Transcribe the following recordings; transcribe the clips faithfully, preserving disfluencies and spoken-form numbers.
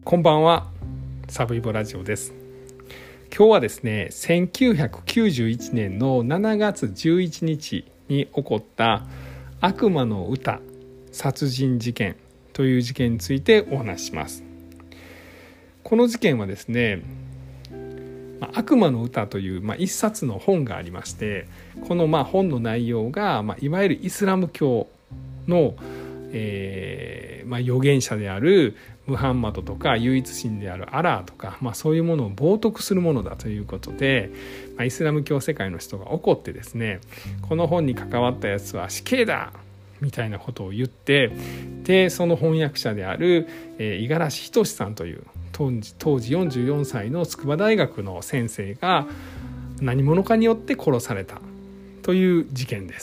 こんばんは、サブイボラジオです。今日はですね、せんきゅうひゃくきゅうじゅういちねんのしちがつじゅういちにちに起こった悪魔の詩殺人事件という事件についてお話しします。この事件はですね、悪魔の詩というまあ一冊の本がありまして、このまあ本の内容がまあいわゆるイスラム教の、えーまあ、預言者であるムハンマドとか唯一神であるアラーとか、まあ、そういうものを冒涜するものだということで、まあ、イスラム教世界の人が怒ってですね、この本に関わったやつは死刑だみたいなことを言って、でその翻訳者である五十嵐仁さんという当時、当時よんじゅうよんさいの筑波大学の先生が何者かによって殺されたという事件です。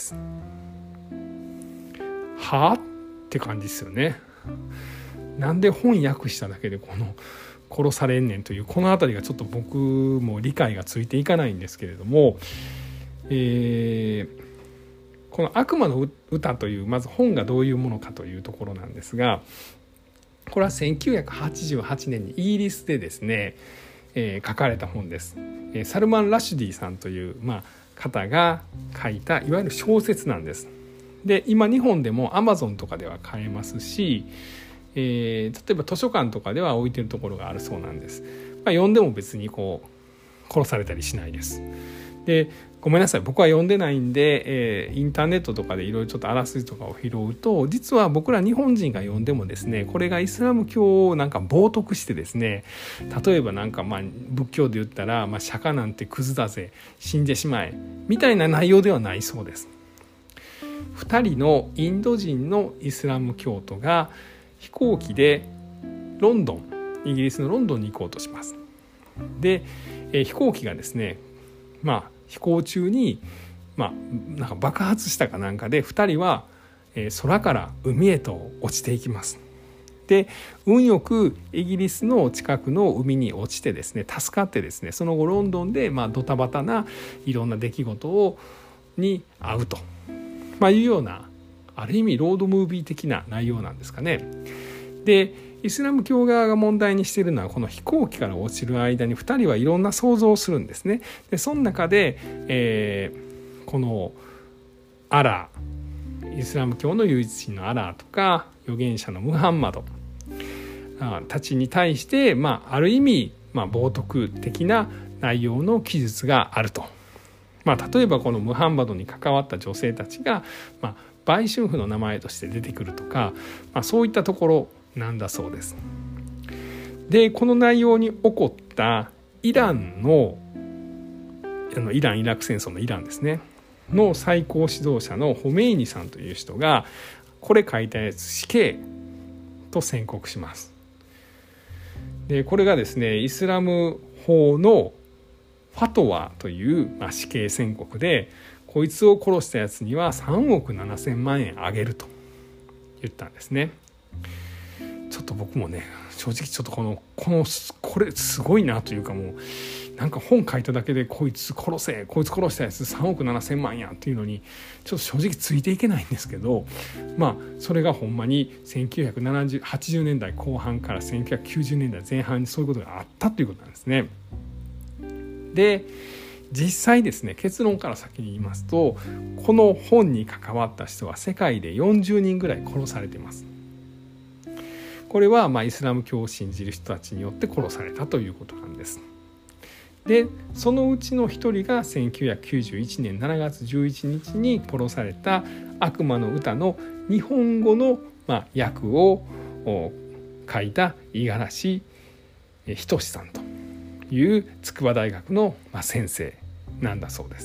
はあって感じですよね。なんで本訳しただけでこの殺されんねんという、このあたりがちょっと僕も理解がついていかないんですけれども、えー、この悪魔の詩というまず本がどういうものかというところなんですが、これはせんきゅうひゃくはちじゅうはちねんにイギリスでですね、えー、書かれた本です。えー、サルマン・ラシュディさんという、まあ、方が書いたいわゆる小説なんです。で今日本でも Amazon とかでは買えますし、えー、例えば図書館とかでは置いてるところがあるそうなんです。まあ、読んでも別にこう殺されたりしないです。でごめんなさい、僕は読んでないんで、えー、インターネットとかでいろいろちょっとあらすじとかを拾うと、実は僕ら日本人が読んでもですね、これがイスラム教をなんか冒涜してですね、例えばなんかまあ仏教で言ったら、まあ、釈迦なんてクズだぜ、死んでしまえみたいな内容ではないそうです。二人のインド人のイスラム教徒が飛行機でロンドン、イギリスのロンドンに行こうとします。で、えー、飛行機がですね、まあ飛行中に、まあ、なんか爆発したかなんかでふたりは、えー、空から海へと落ちていきます。で運よくイギリスの近くの海に落ちてですね、助かってですね、その後ロンドンで、まあ、ドタバタないろんな出来事をに遭うと、まあ、いうような、ある意味ロードムービー的な内容なんですかね。でイスラム教側が問題にしているのは、この飛行機から落ちる間にふたりはいろんな想像をするんですね。でその中で、えー、このアラー、イスラム教の唯一神のアラーとか預言者のムハンマドたちに対して、まあ、ある意味、まあ、冒涜的な内容の記述があると。まあ、例えばこのムハンマドに関わった女性たちが、まあ、売春婦の名前として出てくるとか、まあ、そういったところなんだそうです。でこの内容に起こったイランのあのイラン・イラク戦争のイランですねの最高指導者のホメイニさんという人が、これ書いたやつ死刑と宣告します。でこれがですね、イスラム法のファトワという、まあ、死刑宣告で、こいつを殺したやつにはさんおくななせんまんえんあげると言ったんですね。ちょっと僕もね、正直ちょっとこのこのこれすごいなというか、もうなんか本書いただけでこいつ殺せ、こいつ殺したやつさんおくななせんまんやっていうのにちょっと正直ついていけないんですけど、まあそれがほんまにせんきゅうひゃくはちじゅうねんだいこう半からせんきゅうひゃくきゅうじゅうねんだいぜん半にそういうことがあったということなんですね。で実際ですね、結論から先に言いますと、この本に関わった人は世界でよんじゅうにんぐらい殺されています。これはまあイスラム教を信じる人たちによって殺されたということなんです。でそのうちの一人がせんきゅうひゃくきゅうじゅういちねんしちがつじゅういちにちに殺された悪魔の詩の日本語のまあ訳を書いた五十嵐仁さんという筑波大学の先生なんだそうです。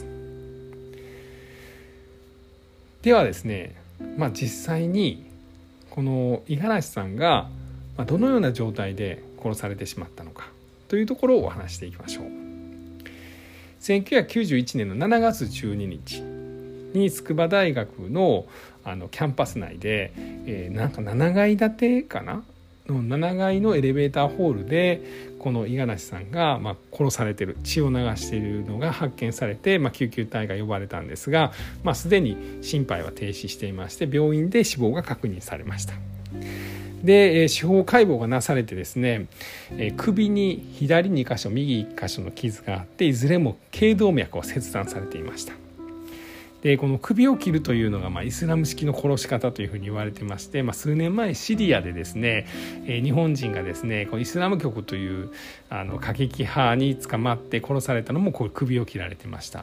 ではですね、まあ、実際にこの五十嵐さんがどのような状態で殺されてしまったのかというところをお話していきましょう。せんきゅうひゃくきゅうじゅういちねんのしちがつじゅうににちに筑波大学のあのキャンパス内で、えー、なんかなながい建てかなのなながいのエレベーターホールでこの五十嵐さんがまあ殺されている、血を流しているのが発見されて、まあ、救急隊が呼ばれたんですが、まあ、すでに心肺は停止していまして病院で死亡が確認されました。 で司法解剖がなされてですね、首に左に箇所右いっ箇所の傷があって、いずれも頸動脈を切断されていました。でこの首を切るというのが、まあ、イスラム式の殺し方というふうに言われてまして、まあ、数年前シリアでですね、えー、日本人がですねこのイスラム極というあの過激派に捕まって殺されたのもこう首を切られてました。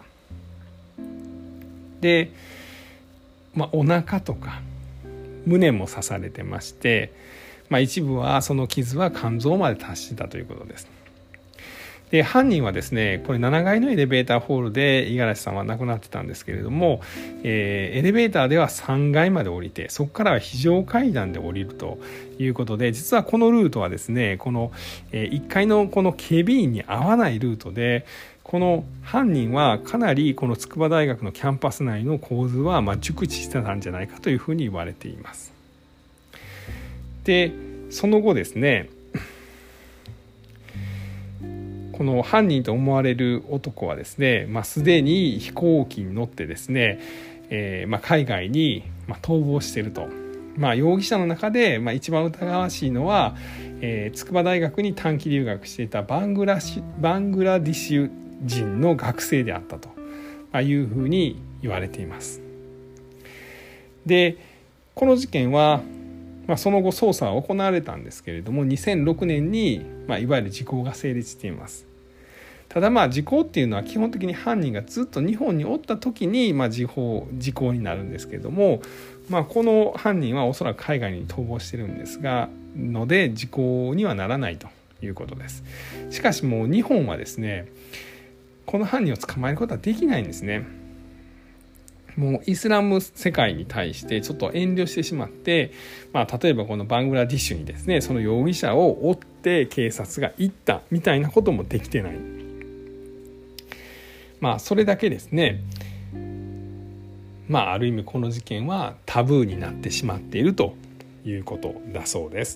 で、まあ、お腹とか胸も刺されてまして、まあ、一部はその傷は肝臓まで達してたということです。で犯人はですねこれなながいのエレベーターホールで五十嵐さんは亡くなってたんですけれども、えー、エレベーターではさんがいまで降りて、そこからは非常階段で降りるということで、実はこのルートはですねこのいっかいのこの警備員に合わないルートで、この犯人はかなりこの筑波大学のキャンパス内の構図はまあ熟知してたんじゃないかというふうに言われています。でその後ですね、この犯人と思われる男はですね、まあ、すでに飛行機に乗ってですね、えーまあ、海外にまあ逃亡していると。まあ、容疑者の中でまあ一番疑わしいのは、えー、筑波大学に短期留学していたバングラシバングラディッシュ人の学生であったというふうに言われています。でこの事件は、まあ、その後捜査は行われたんですけれども、にせんろくねんに、まあ、いわゆる時効が成立しています。ただまあ時効っていうのは基本的に犯人がずっと日本におった時にまあ時効時効になるんですけれども、まあ、この犯人はおそらく海外に逃亡してるんですがので時効にはならないということです。しかしもう日本はですねこの犯人を捕まえることはできないんですね。もうイスラム世界に対してちょっと遠慮してしまって、まあ、例えばこのバングラディッシュにですねその容疑者を追って警察が行ったみたいなこともできてない。まあそれだけですね、まあある意味この事件はタブーになってしまっているということだそうです。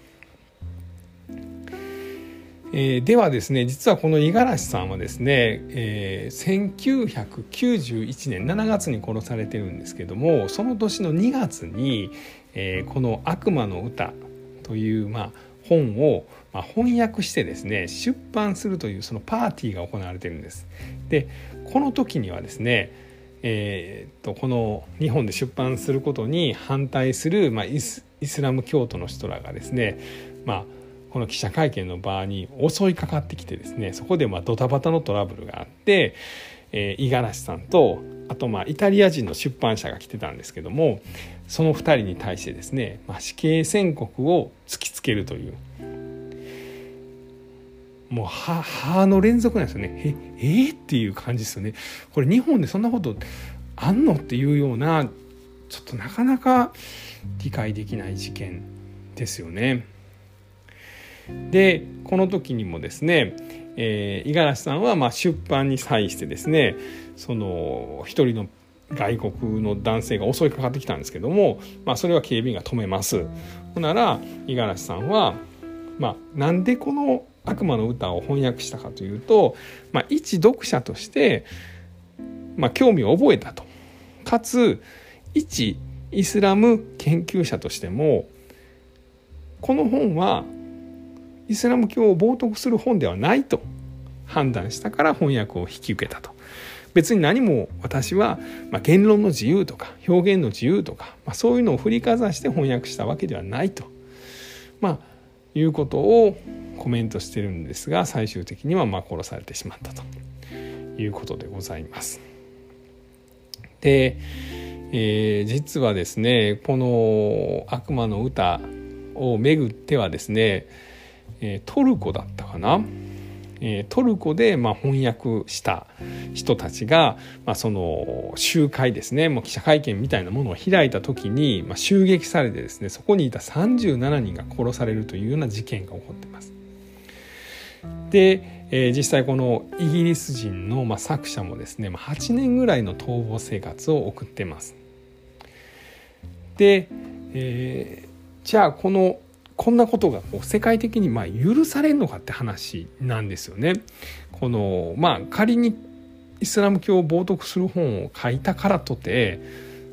えー、ではですね実はこの五十嵐さんはですね、えー、せんきゅうひゃくきゅうじゅういちねんしちがつに殺されてるんですけども、その年のにがつに、えー、この悪魔の歌という、まあ、本を、まあ、翻訳してですね出版するというそのパーティーが行われているんです。でこの時にはですね、えー、とこの日本で出版することに反対する、まあ、イス、イスラム教徒の人らがですね、まあ、この記者会見の場に襲いかかってきてですね、そこでまあドタバタのトラブルがあって、えー、五十嵐さんとあとまあイタリア人の出版社が来てたんですけども、そのふたりに対してですね、まあ、死刑宣告を突きつけるという、もう歯の連続なんですよね。ええー、っていう感じですよね。これ日本でそんなことあんのっていうような、ちょっとなかなか理解できない事件ですよね。でこの時にもですね、えー、五十嵐さんはまあ出版に際してですね、その一人の外国の男性が襲いかかってきたんですけども、まあ、それは警備員が止めます。ほんなら五十嵐さんは、まあ、なんでこの悪魔の歌を翻訳したかというと、まあ、一読者として、まあ、興味を覚えたと。かつ一イスラム研究者としてもこの本はイスラム教を冒涜する本ではないと判断したから翻訳を引き受けたと。別に何も私は、まあ、言論の自由とか表現の自由とか、まあ、そういうのを振りかざして翻訳したわけではないと、まあ、いうことをコメントしてるんですが、最終的にはまあ殺されてしまったということでございます。で、えー、実はですねこの悪魔の歌をめぐってはですね、えー、トルコだったかな、えー、トルコでまあ翻訳した人たちが、まあ、その集会ですね、もう記者会見みたいなものを開いた時に、まあ、襲撃されてですね、そこにいたさんじゅうななにんが殺されるというような事件が起こっています。で、えー、実際このイギリス人の、まあ、作者もですね、まあ、はちねんぐらいの逃亡生活を送っています。で、えー、じゃあこのこんなことがこう世界的にまあ許されるのかって話なんですよね。このまあ仮にイスラム教を冒涜する本を書いたからとて、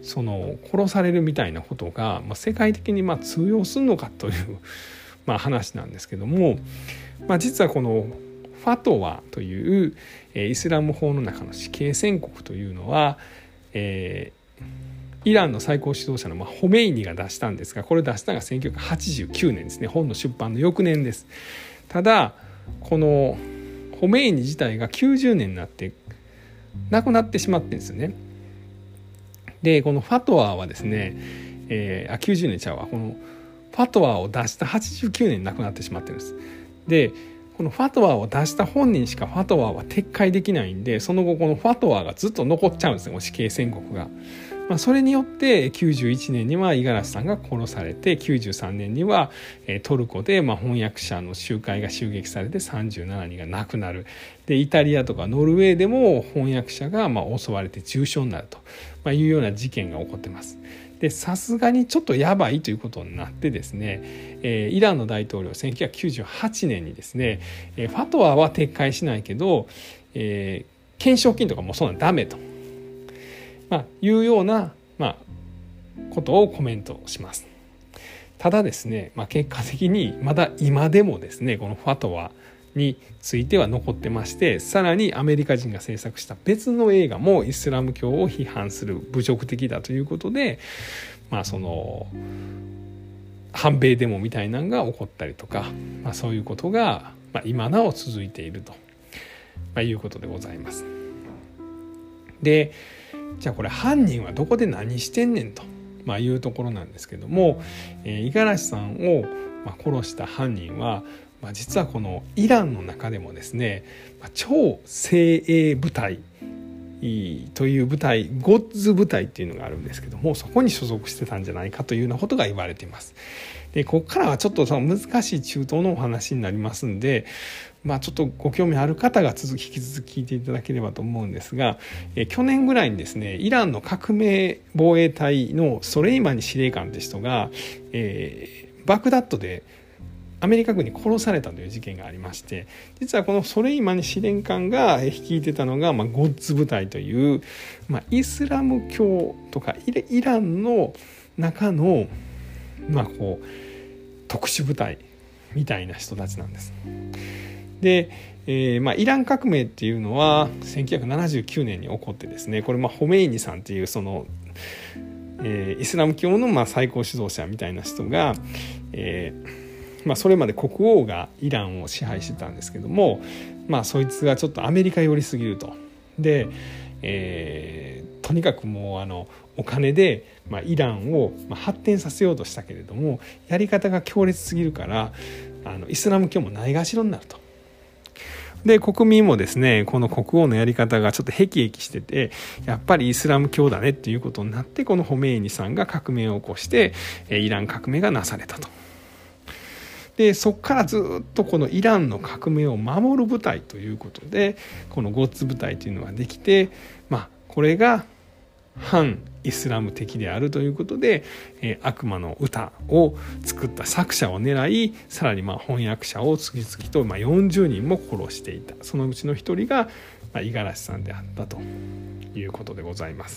その殺されるみたいなことが、まあ、世界的にまあ通用するのかというまあ話なんですけども、まあ、実はこのファトワというイスラム法の中の死刑宣告というのは、えー、イランの最高指導者のまあホメイニが出したんですが、これを出したのがせんきゅうひゃくはちじゅうきゅうねんですね。本の出版の翌年です。ただこのホメイニ自体がきゅうじゅうねんになって亡くなってしまってるんですよね。でこのファトワーはですね、えー、あきゅうじゅうねんちゃうわこのファトワーを出したはちじゅうきゅうねんに亡くなってしまってるんです。でこのファトワーを出した本人しかファトワーは撤回できないんで、その後このファトワーがずっと残っちゃうんですよ、死刑宣告が。まあ、それによってきゅうじゅういちねんには五十嵐さんが殺されて、きゅうじゅうさんねんにはトルコでまあ翻訳者の集会が襲撃されてさんじゅうななにんが亡くなる。でイタリアとかノルウェーでも翻訳者がまあ襲われて重傷になるというような事件が起こってます。でさすがにちょっとやばいということになってですね、えー、イランの大統領せんきゅうひゃくきゅうじゅうはちねんにですね、えー、ファトワーは撤回しないけど、えー、懸賞金とかもそんなのダメと、まあ、いうような、まあ、ことをコメントします。ただですね、まあ、結果的にまだ今でもですねこのファトワーについては残ってまして、さらにアメリカ人が制作した別の映画もイスラム教を批判する侮辱的だということで、まあその反米デモみたいなのが起こったりとか、まあ、そういうことが今なお続いていると、まあ、いうことでございます。でじゃあこれ犯人はどこで何してんねんと、まあ、いうところなんですけども、えー、五十嵐さんをまあ殺した犯人はまあ、実はこのイランの中でもですね、超精鋭部隊という部隊、ゴッズ部隊っていうのがあるんですけども、そこに所属してたんじゃないかというようなことが言われています。でここからはちょっとその難しい中東のお話になりますんで、まあ、ちょっとご興味ある方が続き引き続き聞いていただければと思うんですが、え去年ぐらいにですねイランの革命防衛隊のソレイマニ司令官って人が、えー、バグダッドでアメリカ軍に殺されたという事件がありまして、実はこのソレイマニ司令官が率いてたのが、まあ、ゴッズ部隊という、まあ、イスラム教とかイランの中の、まあ、こう特殊部隊みたいな人たちなんです。で、えーまあ、イラン革命っていうのはせんきゅうひゃくななじゅうきゅうねんに起こってですね、これまあホメイニさんっていうその、えー、イスラム教のまあ最高指導者みたいな人が、えーまあ、それまで国王がイランを支配してたんですけども、まあ、そいつがちょっとアメリカ寄りすぎると。で、えー、とにかくもうあのお金で、まあ、イランを発展させようとしたけれども、やり方が強烈すぎるからあのイスラム教もないがしろになると。で国民もですねこの国王のやり方がちょっとへきへきしてて、やっぱりイスラム教だねっていうことになって、このホメイニさんが革命を起こしてイラン革命がなされたと。でそこからずっとこのイランの革命を守る部隊ということでこのゴッツ部隊というのができて、まあ、これが反イスラム的であるということで、えー、悪魔の歌を作った作者を狙い、さらにまあ翻訳者を次々とまあよんじゅうにんも殺していた。そのうちの一人が五十嵐さんであったということでございます。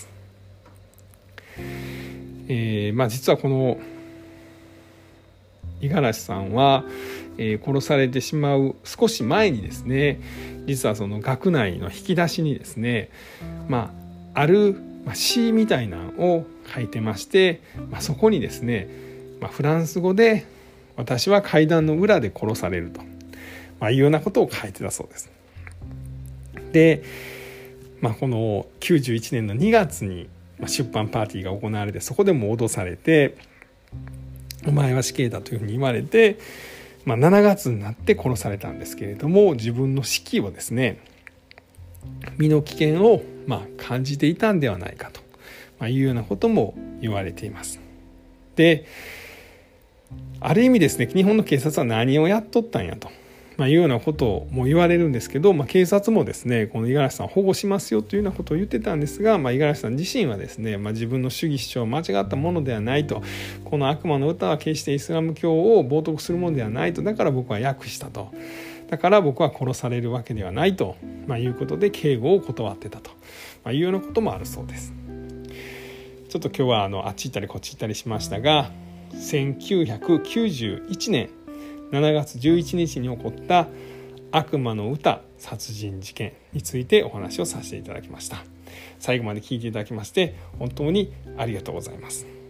えーまあ、実はこの五十嵐さんは、えー、殺されてしまう少し前にですね、実はその学内の引き出しにですね、まあ、ある詩みたいなのを書いてまして、まあ、そこにですね、まあ、フランス語で私は階段の裏で殺されると、まあ、いうようなことを書いてたそうです。で、まあ、このきゅうじゅういちねんのにがつに出版パーティーが行われて、そこでも脅されて、お前は死刑だというふうに言われて、まあ、しちがつになって殺されたんですけれども、自分の死期をですね身の危険をまあ感じていたんではないかと、まあ、いうようなことも言われています。である意味ですね、日本の警察は何をやっとったんやと、まあ、いうようなことも言われるんですけど、まあ、警察もですねこの五十嵐さんを保護しますよというようなことを言ってたんですが、まあ、五十嵐さん自身はですね、まあ、自分の主義主張は間違ったものではないと、この悪魔の歌は決してイスラム教を冒涜するものではないと、だから僕は訳したと、だから僕は殺されるわけではないと、まあ、いうことで警護を断ってたと、まあ、いうようなこともあるそうです。 ちょっと今日はあのあっち行ったりこっち行ったりしましたが、せんきゅうひゃくきゅうじゅういちねんしちがつじゅういちにちに起こった悪魔の歌殺人事件についてお話をさせていただきました。最後まで聞いていただきまして本当にありがとうございます。